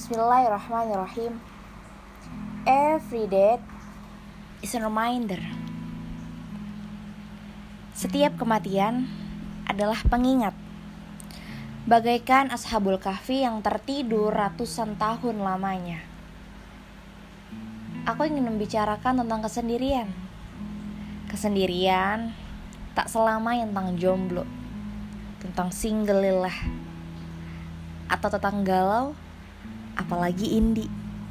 Bismillahirrahmanirrahim. Every day is a reminder. Setiap kematian adalah pengingat. Bagaikan Ashabul Kahfi yang tertidur ratusan tahun lamanya. Aku ingin membicarakan tentang kesendirian. Kesendirian tak selamanya tentang jomblo, tentang single lillah, atau tentang galau, apalagi indie.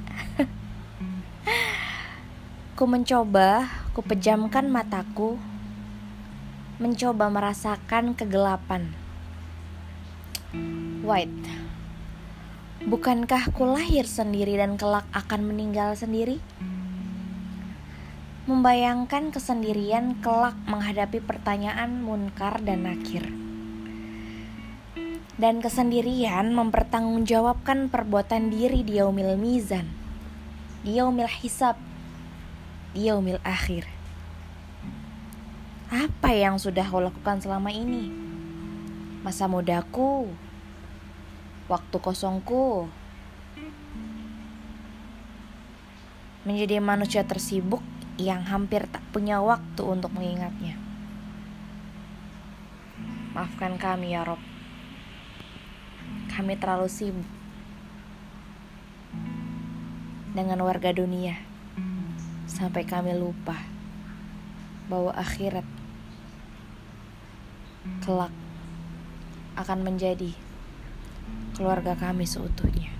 Ku pejamkan mataku, mencoba merasakan kegelapan. Wait, bukankah ku lahir sendiri dan kelak akan meninggal sendiri? Membayangkan kesendirian kelak menghadapi pertanyaan munkar dan nakir. Dan kesendirian mempertanggungjawabkan perbuatan diri di yaumil mizan, di yaumil hisab, di yaumil akhir. Apa yang sudah kau lakukan selama ini? Masa mudaku, waktu kosongku, menjadi manusia tersibuk yang hampir tak punya waktu untuk mengingatnya. Maafkan kami ya Rob. Kami terlalu sibuk dengan warga dunia sampai kami lupa bahwa akhirat kelak akan menjadi keluarga kami seutuhnya.